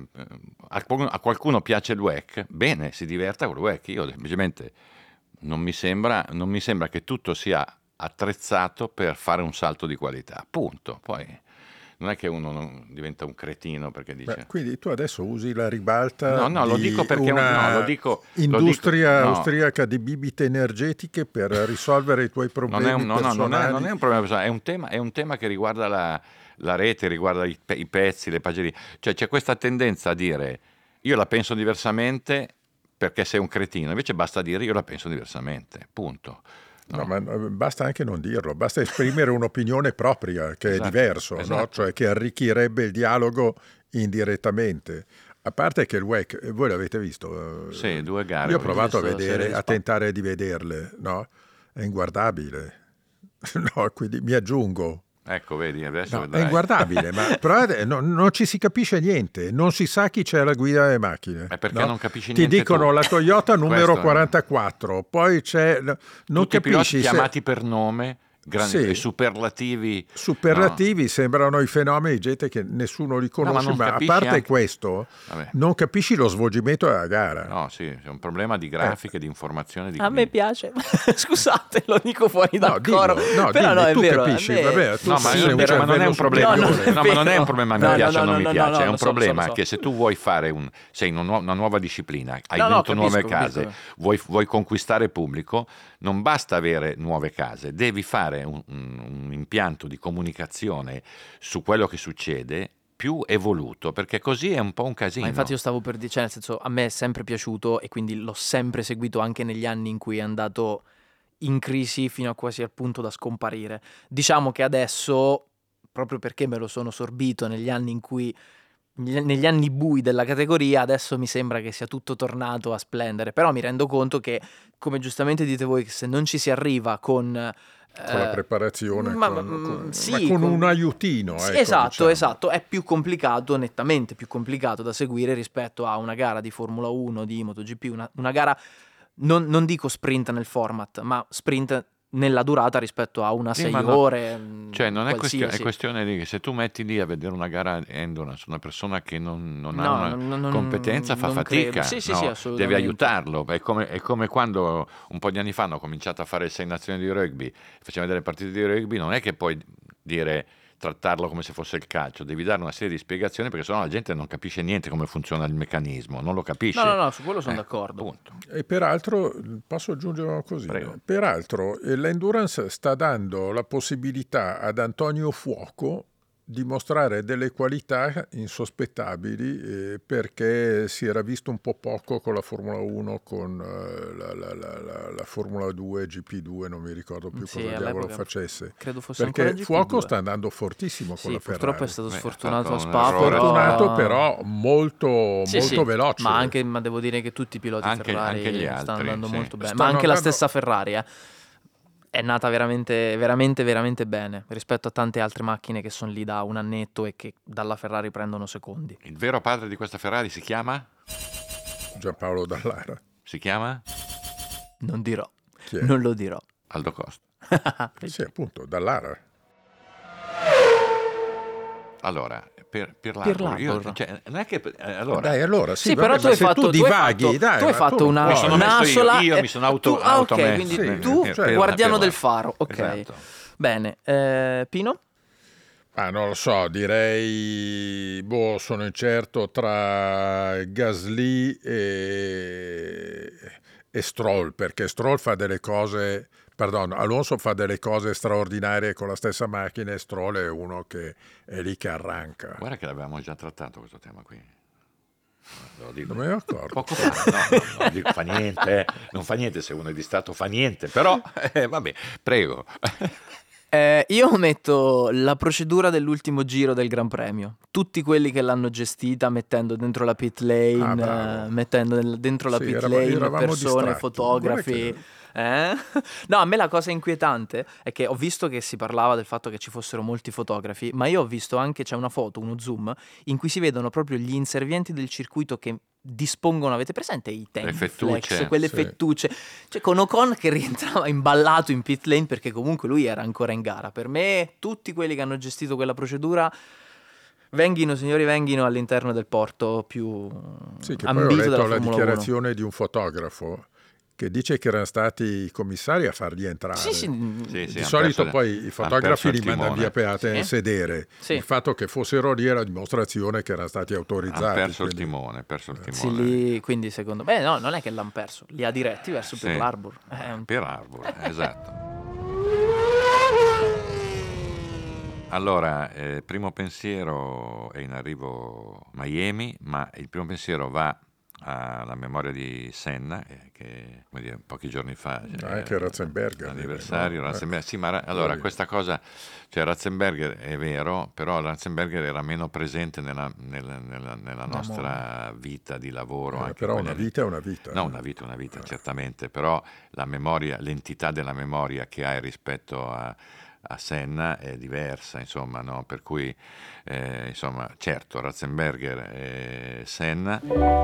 a qualcuno piace il WEC, bene, si diverta con il WEC. Io semplicemente non mi sembra che tutto sia attrezzato per fare un salto di qualità, punto. Poi non è che uno non diventa un cretino perché dice... Beh, quindi tu adesso usi la ribalta No, lo dico perché industria austriaca di bibite energetiche per risolvere i tuoi problemi personali. Non è un problema personale, è un tema che riguarda la rete, riguarda i pezzi, le pagine. Cioè c'è questa tendenza a dire io la penso diversamente perché sei un cretino, invece basta dire io la penso diversamente, punto. No, ma basta anche non dirlo, basta esprimere un'opinione propria che è diverso, esatto. No? Cioè che arricchirebbe il dialogo indirettamente. A parte che il WEC, voi l'avete visto? Sì, 2 gare. Io ho provato a tentare di vederle, no? È inguardabile. No, quindi mi aggiungo. Ecco, vedi, adesso è inguardabile, però non ci si capisce niente, non si sa chi c'è alla guida delle macchine. È perché non capisci niente. Ti dicono la Toyota numero 44, poi c'è... Non tutti capisci i piloti chiamati per nome, i superlativi. Superlativi sembrano i fenomeni di gente che nessuno li conosce, ma a parte questo, non capisci lo svolgimento della gara. No, sì, c'è un problema di grafiche, di informazione. A me piace, scusate, lo dico fuori dal coro. Però no, è tu vero. Capisci, vabbè, tu ma non è un problema. Ma non è un problema mi piace o non mi piace, è un problema che se tu vuoi fare sei in una nuova disciplina, hai vinto nuove case, vuoi conquistare pubblico, non basta avere nuove case, devi fare un impianto di comunicazione su quello che succede più evoluto, perché così è un po' un casino. Ma infatti io stavo per dire, nel senso, a me è sempre piaciuto e quindi l'ho sempre seguito anche negli anni in cui è andato in crisi fino a quasi al punto da scomparire. Diciamo che adesso, proprio perché me lo sono sorbito negli anni bui della categoria, adesso mi sembra che sia tutto tornato a splendere, però mi rendo conto che, come giustamente dite voi, che se non ci si arriva con la preparazione, con un aiutino. Esatto, è più complicato, nettamente più complicato da seguire rispetto a una gara di Formula 1, di MotoGP, una gara, non dico sprint nel format, ma sprint nella durata rispetto a una 6 ore. Cioè non è questione di che se tu metti lì a vedere una gara endurance una persona che non ha una competenza fa fatica, devi aiutarlo. È come quando un po' di anni fa hanno cominciato a fare le 6 nazioni di rugby, facevano vedere partite di rugby, non è che puoi trattarlo come se fosse il calcio, devi dare una serie di spiegazioni perché sennò la gente non capisce niente come funziona il meccanismo, non lo capisce. No, su quello sono d'accordo. Punto. E peraltro, posso aggiungere una cosina? Prego. Peraltro l'endurance sta dando la possibilità ad Antonio Fuoco di mostrare delle qualità insospettabili perché si era visto un po' poco con la Formula 1, con la Formula 2, GP2, non mi ricordo più cosa diavolo facesse. Credo fosse perché GP2. Fuoco sta andando fortissimo con la Ferrari. Purtroppo è stato sfortunato a Spa. Sfortunato però molto veloce. Ma devo dire che tutti i piloti Ferrari anche gli altri, stanno andando molto bene. Ma anche la stessa Ferrari, è nata veramente, veramente, veramente bene rispetto a tante altre macchine che sono lì da un annetto e che dalla Ferrari prendono secondi. Il vero padre di questa Ferrari si chiama? Giampaolo Dallara. Si chiama? Non dirò. Non lo dirò. Aldo Costa. Sì, appunto, Dallara. Allora, Pirlardo, cioè, non è che allora sì, però tu hai fatto divaghi, tu hai fatto una un'asola. Io mi sono automesso. Ok, quindi tu guardiano del faro. Ok, esatto. Bene. Pino? Non lo so, direi sono incerto tra Gasly e Stroll, perché Stroll fa delle cose, Alonso fa delle cose straordinarie con la stessa macchina e Stroll è uno che è lì che arranca. Guarda che l'avevamo già trattato questo tema qui. Non me ne accorgo. Poco fa. No, dico, fa niente, non fa niente se uno è distratto, fa niente, però vabbè, prego. Io metto la procedura dell'ultimo giro del Gran Premio. Tutti quelli che l'hanno gestita, mettendo dentro la pit lane, mettendo dentro la pit lane persone, distratti. Fotografi. No, a me la cosa inquietante è che ho visto che si parlava del fatto che ci fossero molti fotografi, ma io ho visto anche, c'è una foto, uno zoom, in cui si vedono proprio gli inservienti del circuito che dispongono, avete presente i tempi flex, quelle fettucce, cioè con Ocon che rientrava imballato in pit lane perché comunque lui era ancora in gara. Per me tutti quelli che hanno gestito quella procedura Venghino, signori, venghino all'interno del porto più sì, che ambito poi ho letto della la Formula dichiarazione 1. di un fotografo che dice che erano stati i commissari a fargli entrare. Sì, di solito poi i fotografi li mandano via per sedere. Sì. Il fatto che fossero lì era dimostrazione che erano stati autorizzati. Ha perso il timone. Sì, lì, quindi secondo me no, non è che l'hanno perso, li ha diretti verso Pearl Harbor. Pearl Harbor, esatto. Allora, primo pensiero è in arrivo Miami, ma il primo pensiero va alla memoria di Senna, che come dire, pochi giorni fa anche Ratzenberger l'anniversario, no? Ratzenberger, sì, ma allora questa cosa, cioè Ratzenberger è vero, però Ratzenberger era meno presente nella nostra vita di lavoro, anche però una vita è una vita. No, una vita è una vita, certamente, però la memoria, l'entità della memoria che hai rispetto a Senna è diversa, insomma, no? Per cui insomma, certo, Ratzenberger e Senna.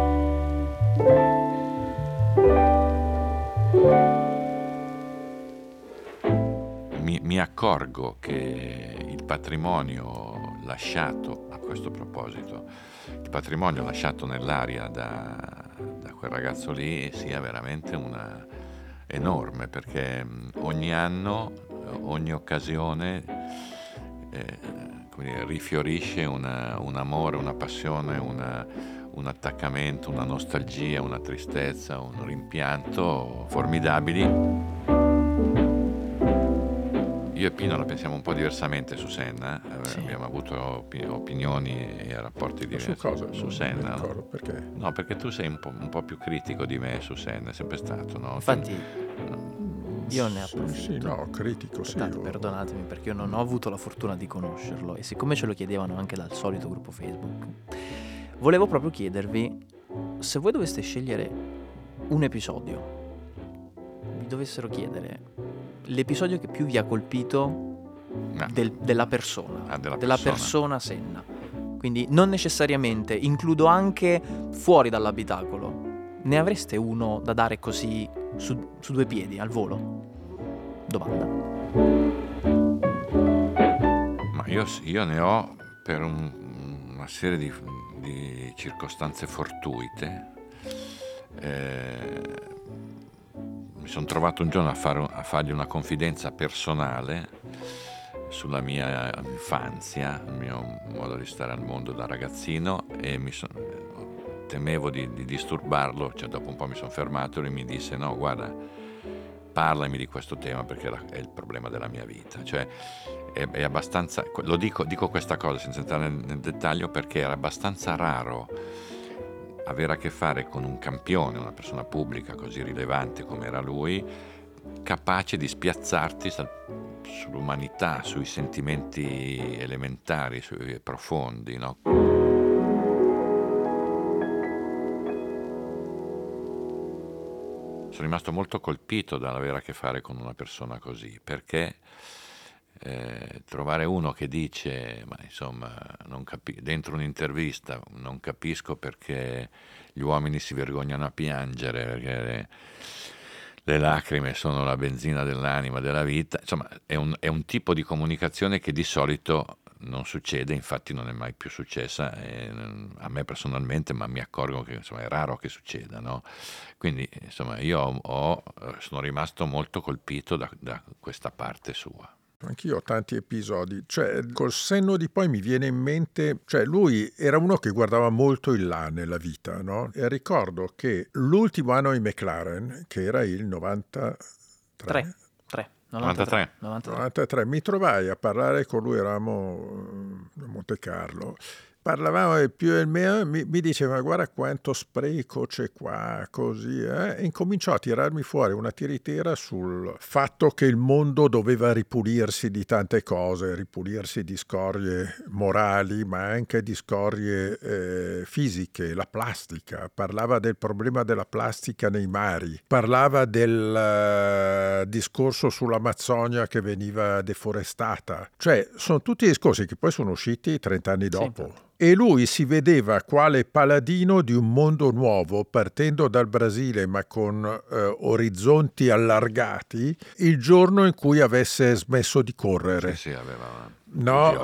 Mi accorgo che il patrimonio lasciato, a questo proposito, il patrimonio lasciato nell'aria da quel ragazzo lì sia veramente enorme, perché ogni anno, ogni occasione rifiorisce un amore, una passione, un attaccamento, una nostalgia, una tristezza, un rimpianto formidabili. Io e Pino la pensiamo un po' diversamente su Senna, sì. Abbiamo avuto opinioni e rapporti diversi su cosa? Su Senna. No? Perché? No, perché tu sei un po' più critico di me su Senna, è sempre stato, no? Infatti io ne approfitto. Sì, no, critico, aspettate, perdonatemi, perché io non ho avuto la fortuna di conoscerlo, e siccome ce lo chiedevano anche dal solito gruppo Facebook, volevo proprio chiedervi, se voi doveste scegliere un episodio, vi dovessero chiedere l'episodio che più vi ha colpito della persona, della persona Senna, quindi non necessariamente, includo anche fuori dall'abitacolo, ne avreste uno da dare così su due piedi, al volo? Domanda. Ma io ne ho per una serie di circostanze fortuite. Mi sono trovato un giorno a fargli una confidenza personale sulla mia infanzia, il mio modo di stare al mondo da ragazzino, e temevo di disturbarlo, cioè dopo un po' mi sono fermato e mi disse: no, guarda, parlami di questo tema perché è il problema della mia vita. Cioè è abbastanza, lo dico questa cosa senza entrare nel dettaglio, perché era abbastanza raro avere a che fare con un campione, una persona pubblica così rilevante come era lui, capace di spiazzarti sull'umanità, sui sentimenti elementari, sui profondi, no? Sono rimasto molto colpito dall'avere a che fare con una persona così, perché trovare uno che dice, ma insomma, dentro un'intervista, non capisco perché gli uomini si vergognano a piangere, perché le lacrime sono la benzina dell'anima, della vita, insomma è un tipo di comunicazione che di solito non succede, infatti non è mai più successa a me personalmente, ma mi accorgo che insomma è raro che succeda, no? Quindi insomma io sono rimasto molto colpito da questa parte sua. Anch'io ho tanti episodi, cioè col senno di poi mi viene in mente, cioè lui era uno che guardava molto in là nella vita, no? E ricordo che l'ultimo anno in McLaren, che era il 93, mi trovai a parlare con lui, eravamo a Monte Carlo. Parlavamo del più e del meno, mi diceva: guarda quanto spreco c'è qua, così, e incominciò a tirarmi fuori una tiritera sul fatto che il mondo doveva ripulirsi di tante cose, ripulirsi di scorie morali, ma anche di scorie fisiche, la plastica. Parlava del problema della plastica nei mari, parlava del discorso sull'Amazzonia che veniva deforestata. Cioè, sono tutti discorsi che poi sono usciti 30 anni dopo. Sì. e lui si vedeva quale paladino di un mondo nuovo, partendo dal Brasile ma con orizzonti allargati, il giorno in cui avesse smesso di correre. Sì, aveva... No,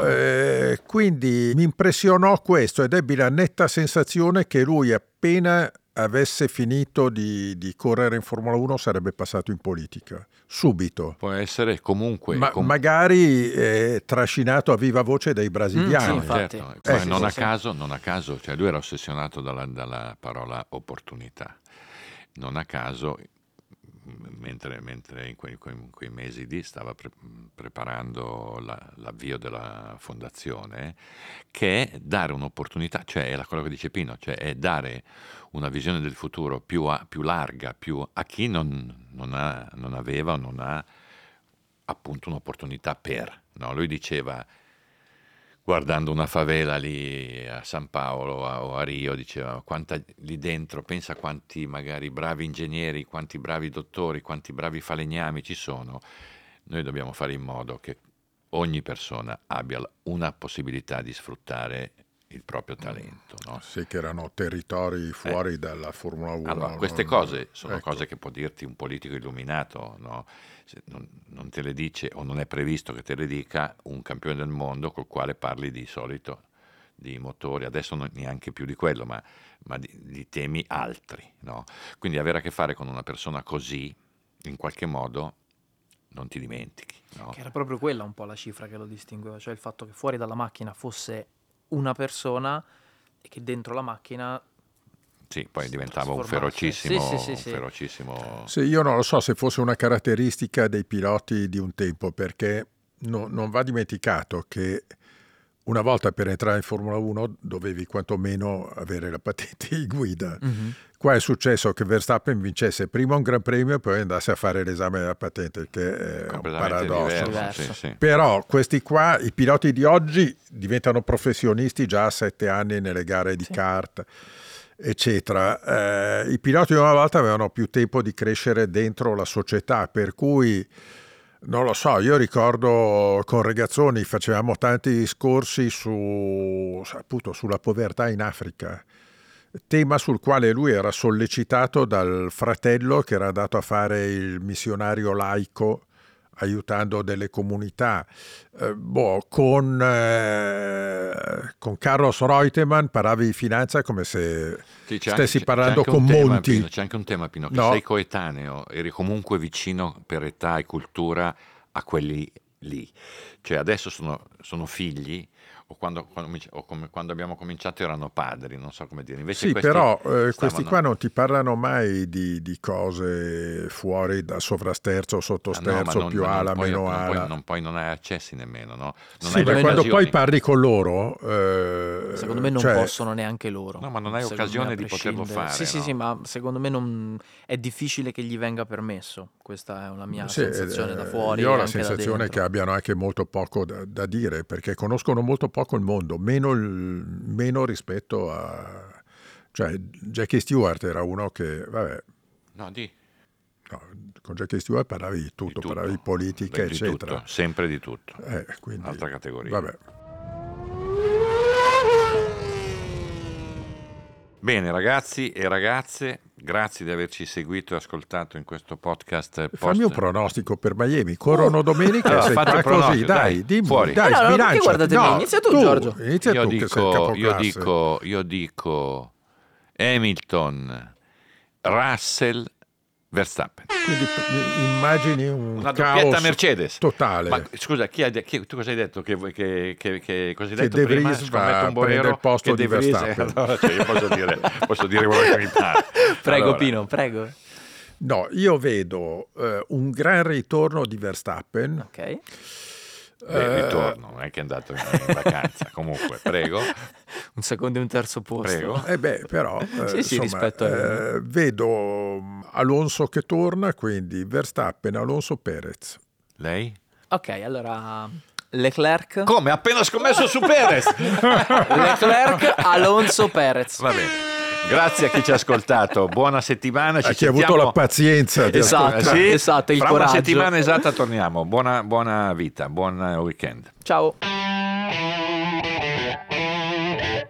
quindi mi impressionò questo ed ebbi la netta sensazione che lui appena avesse finito di correre in Formula 1 sarebbe passato in politica, subito. Può essere comunque... magari trascinato a viva voce dai brasiliani. Sì, certo. Non a caso, cioè lui era ossessionato dalla parola opportunità. Non a caso, mentre in quei mesi lì stava preparando l'avvio della fondazione, che è dare un'opportunità, cioè è quello che dice Pino, cioè è dare una visione del futuro più larga, a chi non aveva o non ha appunto un'opportunità no? Lui diceva, guardando una favela lì a San Paolo o a Rio, diceva quanta lì dentro, pensa quanti magari bravi ingegneri, quanti bravi dottori, quanti bravi falegnami ci sono. Noi dobbiamo fare in modo che ogni persona abbia una possibilità di sfruttare il proprio talento. No? Sì, che erano territori fuori dalla Formula 1. Allora, queste cose sono cose che può dirti un politico illuminato, no? Non te le dice, o non è previsto che te le dica un campione del mondo col quale parli di solito di motori, adesso non neanche più di quello, ma di temi altri. No? Quindi avere a che fare con una persona così, in qualche modo, non ti dimentichi. No? Che era proprio quella un po' la cifra che lo distingueva, cioè il fatto che fuori dalla macchina fosse una persona e che dentro la macchina poi diventava un ferocissimo Sì, io non lo so se fosse una caratteristica dei piloti di un tempo, perché non va dimenticato che una volta per entrare in Formula 1 dovevi quantomeno avere la patente di guida. Mm-hmm. Qua è successo che Verstappen vincesse prima un Gran Premio e poi andasse a fare l'esame della patente, che è un paradosso. Diverso. Sì. Però questi qua, i piloti di oggi, diventano professionisti già a 7 anni nelle gare di kart, eccetera. I piloti di una volta avevano più tempo di crescere dentro la società, per cui non lo so, io ricordo con Regazzoni facevamo tanti discorsi sulla povertà in Africa, tema sul quale lui era sollecitato dal fratello che era andato a fare il missionario laico aiutando delle comunità. Con Carlos Reutemann parlavi di finanza come se stessi parlando con Monti. Pino, c'è anche un tema, Pino, che sei coetaneo, eri comunque vicino per età e cultura a quelli lì. Cioè adesso sono figli, o come quando abbiamo cominciato erano padri, non so come dire. Invece questi qua non ti parlano mai di cose fuori da sovrasterzo o sottosterzo, più ala, meno ala. Non hai accessi nemmeno, no? Quando poi parli con loro... secondo me non possono neanche loro. No, ma non hai occasione di poterlo fare. Sì, ma secondo me è difficile che gli venga permesso. Questa è una mia sensazione da fuori. Io ho la sensazione che abbiano anche molto poco da dire, perché conoscono molto poco il mondo, meno rispetto a... Cioè, Jackie Stewart era uno che, con Jackie Stewart parlavi di tutto. Parlavi di politica, eccetera. Tutto, sempre di tutto. Quindi, altra categoria. Vabbè. Bene, ragazzi e ragazze, grazie di averci seguito e ascoltato in questo podcast. Fammi un pronostico per Miami. Corrono domenica, allora, sei qua così, dai, dimmi, fuori. Dai, perché guardate me? Inizia tu, Giorgio. Inizia tu, che sei il capoclasse. Io dico Hamilton, Russell, Verstappen. Quindi immagini una caos doppietta Mercedes totale. Ma scusa, tu cosa hai detto? Che cosa hai detto De prima? Vries va a prendere il posto di Verstappen. Allora, io posso dire quello che mi pare. Prego, Pino, prego. No, io vedo un gran ritorno di Verstappen. Ok. Ritorno, non è che è andato in vacanza. Comunque, prego. Un secondo e un terzo posto. Prego. Però sì, rispetto a... vedo Alonso che torna, quindi Verstappen, Alonso, Perez. Lei? Ok, allora Leclerc. Come? Appena scommesso su Perez. Leclerc, Alonso, Perez. Va bene. Grazie a chi ci ha ascoltato, buona settimana. Chi ha avuto la pazienza di esatto, il fra coraggio. Una settimana esatta torniamo. Buona vita, buon weekend. Ciao.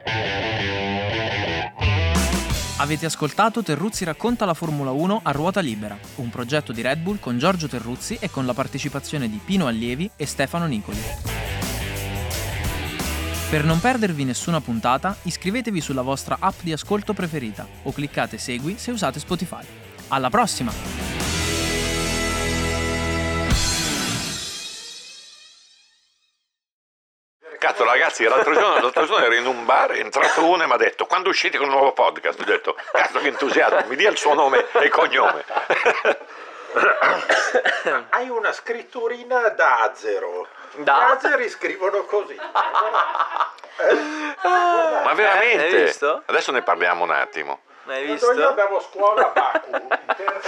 Avete ascoltato Terruzzi racconta la Formula 1 a ruota libera, un progetto di Red Bull con Giorgio Terruzzi e con la partecipazione di Pino Allievi e Stefano Nicoli. Per non perdervi nessuna puntata, iscrivetevi sulla vostra app di ascolto preferita o cliccate Segui se usate Spotify. Alla prossima! Cazzo ragazzi, l'altro giorno ero in un bar, è entrato uno e mi ha detto: quando uscite con un nuovo podcast? Ho detto: cazzo che entusiasmo, mi dia il suo nome e cognome. Hai una scritturina da azero. Gli azeri scrivono così. Ma veramente? Hai visto? Adesso ne parliamo un attimo. Hai visto? Io andavo a scuola a Baku, in terza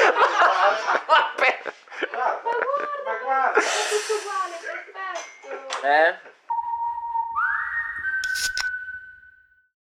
Ma guarda, è tutto uguale, perfetto.